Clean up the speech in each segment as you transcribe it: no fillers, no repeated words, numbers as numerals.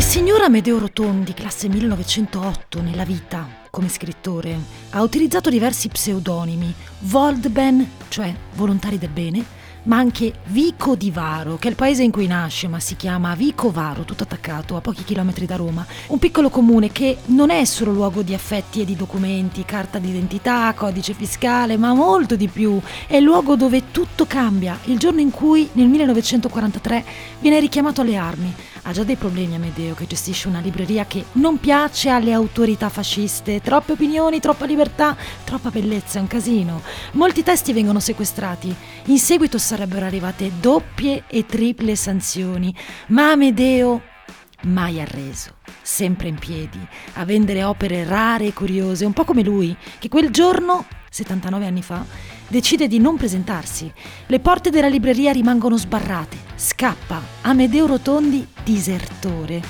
signor Amedeo Rotondi, classe 1908, nella vita, come scrittore, ha utilizzato diversi pseudonimi: Voldben, cioè volontari del bene, ma anche Vico di Varo, che è il paese in cui nasce, ma si chiama Vicovaro, tutto attaccato, a pochi chilometri da Roma. Un piccolo comune che non è solo luogo di affetti e di documenti, carta d'identità, codice fiscale, ma molto di più. È il luogo dove tutto cambia, il giorno in cui, nel 1943, viene richiamato alle armi. Ha già dei problemi Amedeo, che gestisce una libreria che non piace alle autorità fasciste. Troppe opinioni, troppa libertà, troppa bellezza, è un casino. Molti testi vengono sequestrati. In seguito sarebbero arrivate doppie e triple sanzioni, ma Amedeo mai arreso, sempre in piedi, a vendere opere rare e curiose, un po' come lui, che quel giorno, 79 anni fa, decide di non presentarsi. Le porte della libreria rimangono sbarrate. Scappa. Amedeo Rotondi, disertore.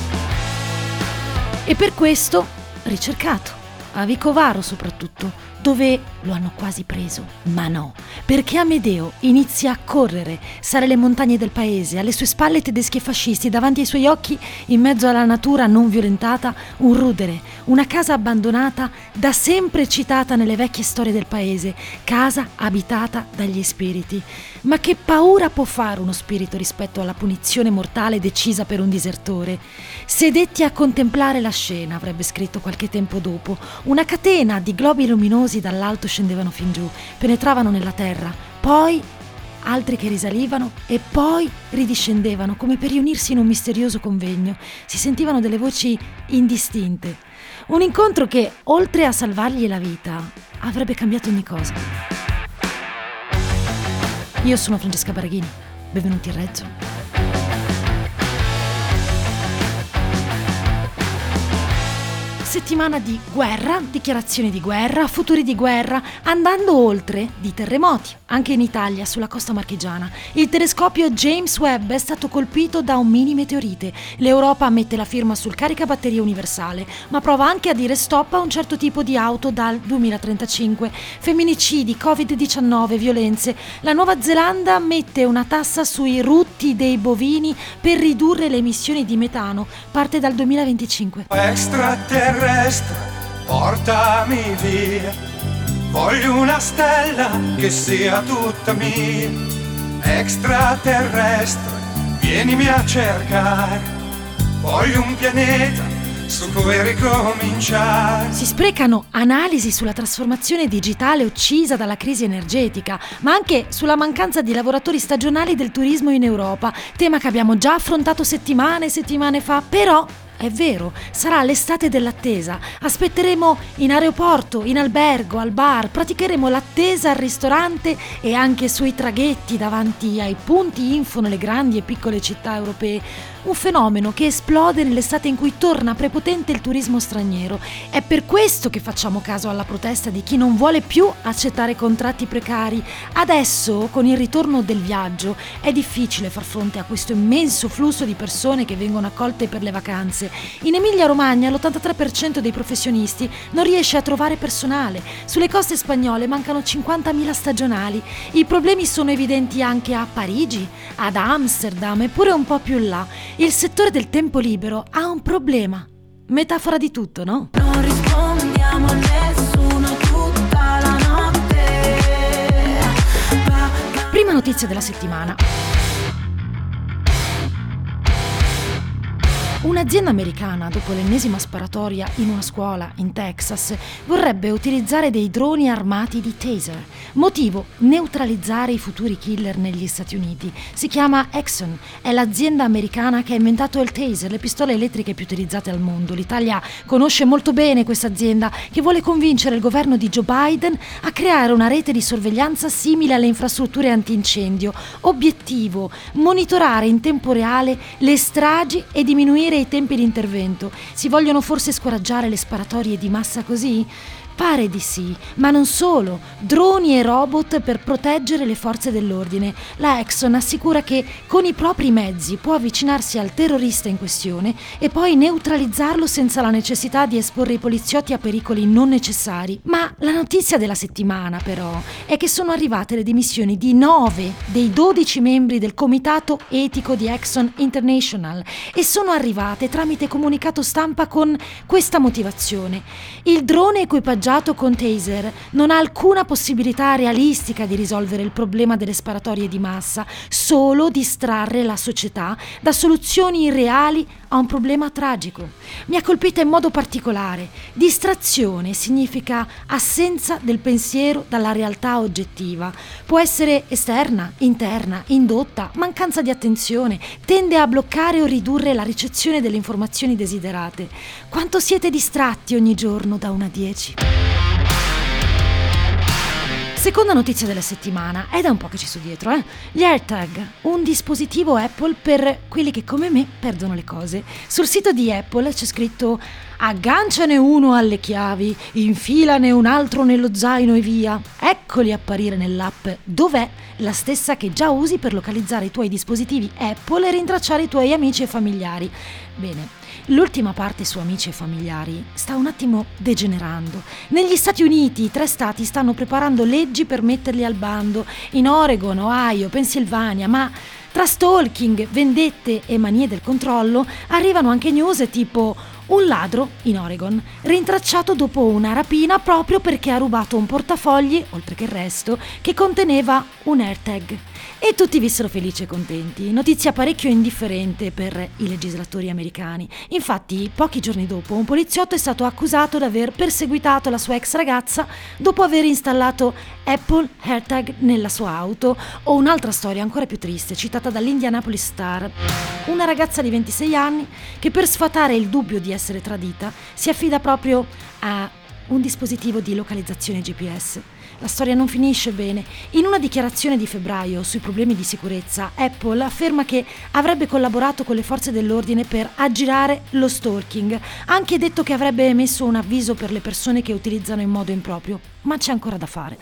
E per questo ricercato. A Vicovaro soprattutto, dove lo hanno quasi preso. Ma no, perché Amedeo inizia a correre, sale le montagne del paese, alle sue spalle tedeschi e fascisti, davanti ai suoi occhi, in mezzo alla natura non violentata, un rudere, una casa abbandonata, da sempre citata nelle vecchie storie del paese, casa abitata dagli spiriti. Ma che paura può fare uno spirito rispetto alla punizione mortale decisa per un disertore? Sedetti a contemplare la scena, avrebbe scritto qualche tempo dopo. Una catena di globi luminosi dall'alto scendevano fin giù, penetravano nella terra, poi altri che risalivano e poi ridiscendevano come per riunirsi in un misterioso convegno. Si sentivano delle voci indistinte. Un incontro che, oltre a salvargli la vita, avrebbe cambiato ogni cosa. Io sono Francesca Baraghini, benvenuti in Reggio. Settimana di guerra, dichiarazioni di guerra, futuri di guerra, andando oltre di terremoti, anche in Italia, sulla costa marchigiana. Il telescopio James Webb è stato colpito da un mini meteorite. L'Europa mette la firma sul caricabatterie universale, ma prova anche a dire stop a un certo tipo di auto dal 2035. Femminicidi, Covid-19, violenze. La Nuova Zelanda mette una tassa sui rutti dei bovini per ridurre le emissioni di metano. Parte dal 2025. Extraterrestre, portami via, voglio una stella che sia tutta mia. Extraterrestre, vienimi a cercare, voglio un pianeta su cui ricominciare. Si sprecano analisi sulla trasformazione digitale uccisa dalla crisi energetica, ma anche sulla mancanza di lavoratori stagionali del turismo in Europa, tema che abbiamo già affrontato settimane e settimane fa, però è vero, sarà l'estate dell'attesa. Aspetteremo in aeroporto, in albergo, al bar, praticheremo l'attesa al ristorante e anche sui traghetti davanti ai punti info nelle grandi e piccole città europee. Un fenomeno che esplode nell'estate in cui torna prepotente il turismo straniero. È per questo che facciamo caso alla protesta di chi non vuole più accettare contratti precari. Adesso, con il ritorno del viaggio, è difficile far fronte a questo immenso flusso di persone che vengono accolte per le vacanze. In Emilia-Romagna l'83% dei professionisti non riesce a trovare personale. Sulle coste spagnole mancano 50.000 stagionali. I problemi sono evidenti anche a Parigi, ad Amsterdam, eppure un po' più là. Il settore del tempo libero ha un problema. Metafora di tutto, no? Non rispondiamo a nessuno tutta la notte. Prima notizia della settimana. Un'azienda americana, dopo l'ennesima sparatoria in una scuola in Texas, vorrebbe utilizzare dei droni armati di taser. Motivo: neutralizzare i futuri killer negli Stati Uniti. Si chiama Exxon, è l'azienda americana che ha inventato il taser, le pistole elettriche più utilizzate al mondo. L'Italia conosce molto bene questa azienda, che vuole convincere il governo di Joe Biden a creare una rete di sorveglianza simile alle infrastrutture antincendio. Obiettivo: monitorare in tempo reale le stragi e diminuire i tempi di intervento. Si vogliono forse scoraggiare le sparatorie di massa così? Pare di sì, ma non solo. Droni e robot per proteggere le forze dell'ordine. La Exxon assicura che con i propri mezzi può avvicinarsi al terrorista in questione e poi neutralizzarlo senza la necessità di esporre i poliziotti a pericoli non necessari. Ma la notizia della settimana, però, è che sono arrivate le dimissioni di 9 dei 12 membri del comitato etico di Exxon International e sono arrivate tramite comunicato stampa con questa motivazione: il drone equipaggiato con taser non ha alcuna possibilità realistica di risolvere il problema delle sparatorie di massa, solo distrarre la società da soluzioni irreali a un problema tragico. Mi ha colpita in modo particolare. Distrazione significa assenza del pensiero dalla realtà oggettiva. Può essere esterna, interna, indotta, mancanza di attenzione, tende a bloccare o ridurre la ricezione delle informazioni desiderate. Quanto siete distratti ogni giorno da 1 a 10? Seconda notizia della settimana, è da un po' che ci sto dietro, Gli AirTag, un dispositivo Apple per quelli che come me perdono le cose. Sul sito di Apple c'è scritto: agganciane uno alle chiavi, infilane un altro nello zaino e via. Eccoli apparire nell'app Dov'è, la stessa che già usi per localizzare i tuoi dispositivi Apple e rintracciare i tuoi amici e familiari. Bene, l'ultima parte su amici e familiari sta un attimo degenerando. Negli Stati Uniti 3 stati stanno preparando leggi per metterli al bando. In Oregon, Ohio, Pennsylvania, ma tra stalking, vendette e manie del controllo arrivano anche news tipo: un ladro in Oregon rintracciato dopo una rapina proprio perché ha rubato un portafogli, oltre che il resto, che conteneva un AirTag. E tutti vissero felici e contenti. Notizia parecchio indifferente per i legislatori americani. Infatti, pochi giorni dopo, un poliziotto è stato accusato di aver perseguitato la sua ex ragazza dopo aver installato Apple AirTag nella sua auto. O un'altra storia ancora più triste, citata dall'Indianapolis Star. Una ragazza di 26 anni che per sfatare il dubbio di essere tradita si affida proprio a un dispositivo di localizzazione GPS. La storia non finisce bene. In una dichiarazione di febbraio sui problemi di sicurezza, Apple afferma che avrebbe collaborato con le forze dell'ordine per aggirare lo stalking. Ha anche detto che avrebbe emesso un avviso per le persone che utilizzano in modo improprio, ma c'è ancora da fare.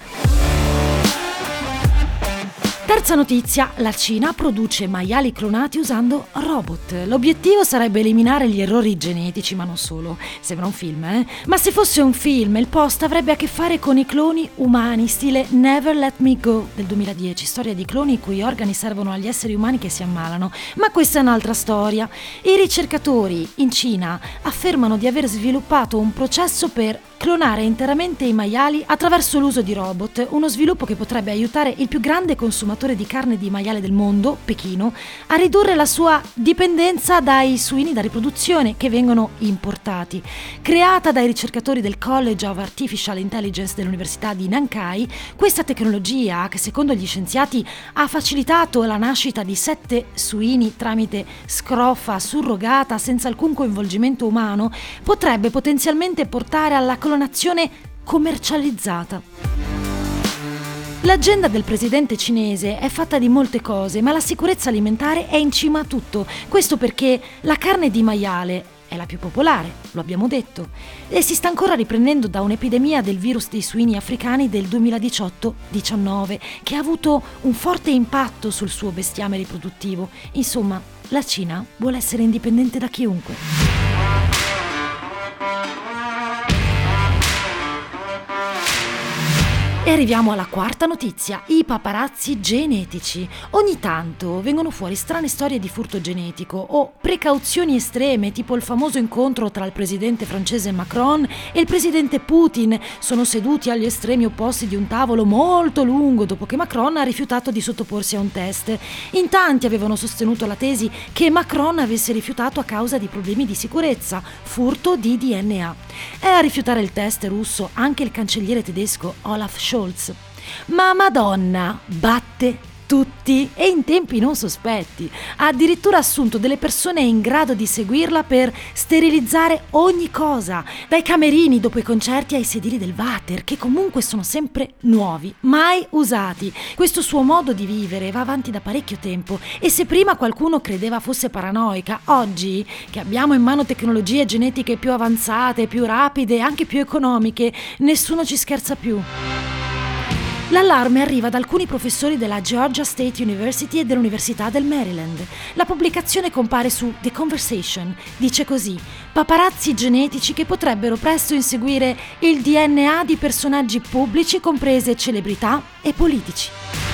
Terza notizia, la Cina produce maiali clonati usando robot. L'obiettivo sarebbe eliminare gli errori genetici, ma non solo. Sembra un film, Ma se fosse un film, il post avrebbe a che fare con i cloni umani, stile Never Let Me Go del 2010, storia di cloni i cui organi servono agli esseri umani che si ammalano. Ma questa è un'altra storia. I ricercatori in Cina affermano di aver sviluppato un processo per clonare interamente i maiali attraverso l'uso di robot, uno sviluppo che potrebbe aiutare il più grande consumatore di carne di maiale del mondo, Pechino, a ridurre la sua dipendenza dai suini da riproduzione che vengono importati. Creata dai ricercatori del College of Artificial Intelligence dell'Università di Nankai, questa tecnologia, che secondo gli scienziati ha facilitato la nascita di 7 suini tramite scrofa surrogata senza alcun coinvolgimento umano, potrebbe potenzialmente portare alla clonazione commercializzata. L'agenda del presidente cinese è fatta di molte cose, ma la sicurezza alimentare è in cima a tutto. Questo perché la carne di maiale è la più popolare, lo abbiamo detto, e si sta ancora riprendendo da un'epidemia del virus dei suini africani del 2018-19, che ha avuto un forte impatto sul suo bestiame riproduttivo. Insomma, la Cina vuole essere indipendente da chiunque. E arriviamo alla quarta notizia, i paparazzi genetici. Ogni tanto vengono fuori strane storie di furto genetico o precauzioni estreme, tipo il famoso incontro tra il presidente francese Macron e il presidente Putin. Sono seduti agli estremi opposti di un tavolo molto lungo dopo che Macron ha rifiutato di sottoporsi a un test. In tanti avevano sostenuto la tesi che Macron avesse rifiutato a causa di problemi di sicurezza, furto di DNA. È a rifiutare il test russo anche il cancelliere tedesco Olaf Scholz. Ma Madonna batte tutti e in tempi non sospetti. Ha addirittura assunto delle persone in grado di seguirla per sterilizzare ogni cosa, dai camerini dopo i concerti ai sedili del water, che comunque sono sempre nuovi, mai usati. Questo suo modo di vivere va avanti da parecchio tempo e se prima qualcuno credeva fosse paranoica, oggi che abbiamo in mano tecnologie genetiche più avanzate, più rapide e anche più economiche, nessuno ci scherza più. L'allarme arriva da alcuni professori della Georgia State University e dell'Università del Maryland. La pubblicazione compare su The Conversation. Dice così: paparazzi genetici che potrebbero presto inseguire il DNA di personaggi pubblici, comprese celebrità e politici.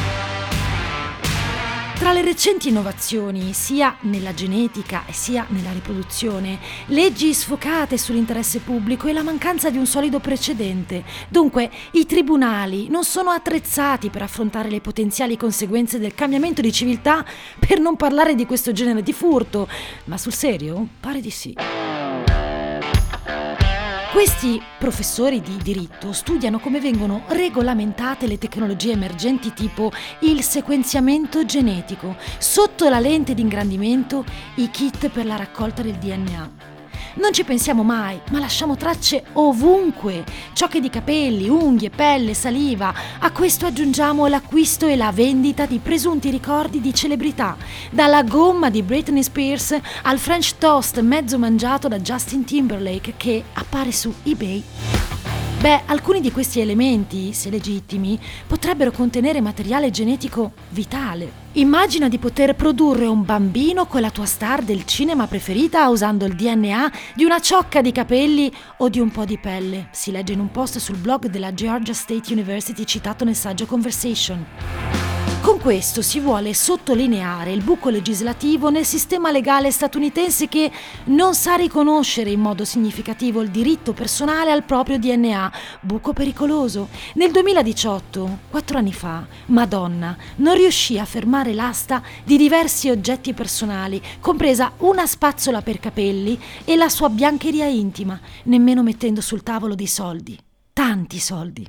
Tra le recenti innovazioni, sia nella genetica e sia nella riproduzione, leggi sfocate sull'interesse pubblico e la mancanza di un solido precedente. Dunque, i tribunali non sono attrezzati per affrontare le potenziali conseguenze del cambiamento di civiltà, per non parlare di questo genere di furto. Ma sul serio? Pare di sì. Questi professori di diritto studiano come vengono regolamentate le tecnologie emergenti tipo il sequenziamento genetico, sotto la lente di ingrandimento i kit per la raccolta del DNA. Non ci pensiamo mai, ma lasciamo tracce ovunque, ciocche di capelli, unghie, pelle, saliva. A questo aggiungiamo l'acquisto e la vendita di presunti ricordi di celebrità, dalla gomma di Britney Spears al French toast mezzo mangiato da Justin Timberlake che appare su eBay. Alcuni di questi elementi, se legittimi, potrebbero contenere materiale genetico vitale. Immagina di poter produrre un bambino con la tua star del cinema preferita usando il DNA di una ciocca di capelli o di un po' di pelle, si legge in un post sul blog della Georgia State University citato nel saggio Conversation. Con questo si vuole sottolineare il buco legislativo nel sistema legale statunitense che non sa riconoscere in modo significativo il diritto personale al proprio DNA, buco pericoloso. Nel 2018, 4 anni fa, Madonna non riuscì a fermare l'asta di diversi oggetti personali, compresa una spazzola per capelli e la sua biancheria intima, nemmeno mettendo sul tavolo dei soldi. Tanti soldi.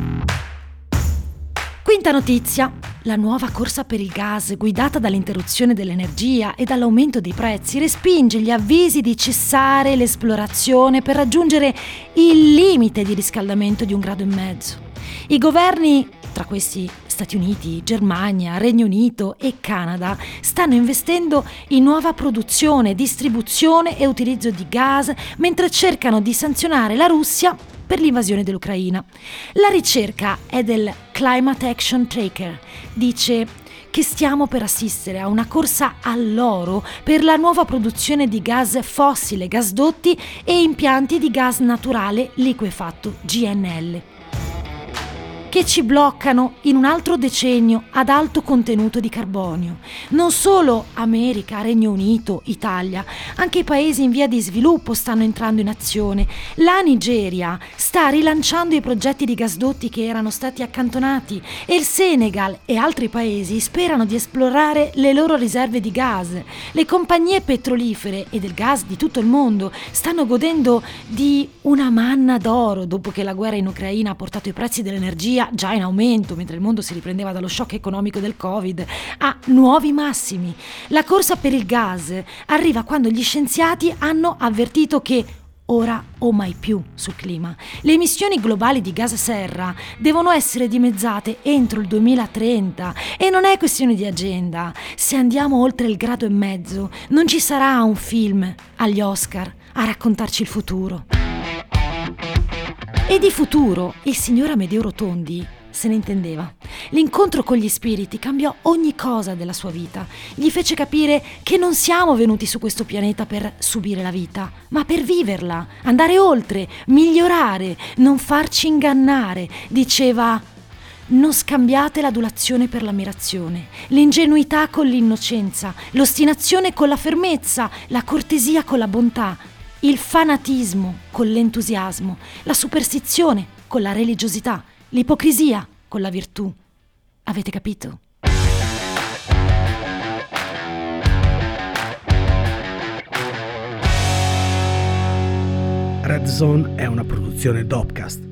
Quinta notizia. La nuova corsa per il gas, guidata dall'interruzione dell'energia e dall'aumento dei prezzi, respinge gli avvisi di cessare l'esplorazione per raggiungere il limite di riscaldamento di 1,5 gradi. I governi, tra questi Stati Uniti, Germania, Regno Unito e Canada, stanno investendo in nuova produzione, distribuzione e utilizzo di gas, mentre cercano di sanzionare la Russia per l'invasione dell'Ucraina. La ricerca è del Climate Action Tracker. Dice che stiamo per assistere a una corsa all'oro per la nuova produzione di gas fossile, gasdotti e impianti di gas naturale liquefatto, GNL, che ci bloccano in un altro decennio ad alto contenuto di carbonio. Non solo America, Regno Unito, Italia, anche i paesi in via di sviluppo stanno entrando in azione. La Nigeria sta rilanciando i progetti di gasdotti che erano stati accantonati e il Senegal e altri paesi sperano di esplorare le loro riserve di gas. Le compagnie petrolifere e del gas di tutto il mondo stanno godendo di una manna d'oro dopo che la guerra in Ucraina ha portato i prezzi dell'energia, già in aumento mentre il mondo si riprendeva dallo shock economico del Covid, a nuovi massimi. La corsa per il gas arriva quando gli scienziati hanno avvertito che ora o mai più sul clima. Le emissioni globali di gas serra devono essere dimezzate entro il 2030 e non è questione di agenda. Se andiamo oltre il 1,5 gradi, non ci sarà un film agli Oscar a raccontarci il futuro. E di futuro il signor Amedeo Rotondi se ne intendeva. L'incontro con gli spiriti cambiò ogni cosa della sua vita. Gli fece capire che non siamo venuti su questo pianeta per subire la vita, ma per viverla, andare oltre, migliorare, non farci ingannare. Diceva: non scambiate l'adulazione per l'ammirazione, l'ingenuità con l'innocenza, l'ostinazione con la fermezza, la cortesia con la bontà, il fanatismo con l'entusiasmo, la superstizione con la religiosità, l'ipocrisia con la virtù. Avete capito? Red Zone è una produzione Dopcast.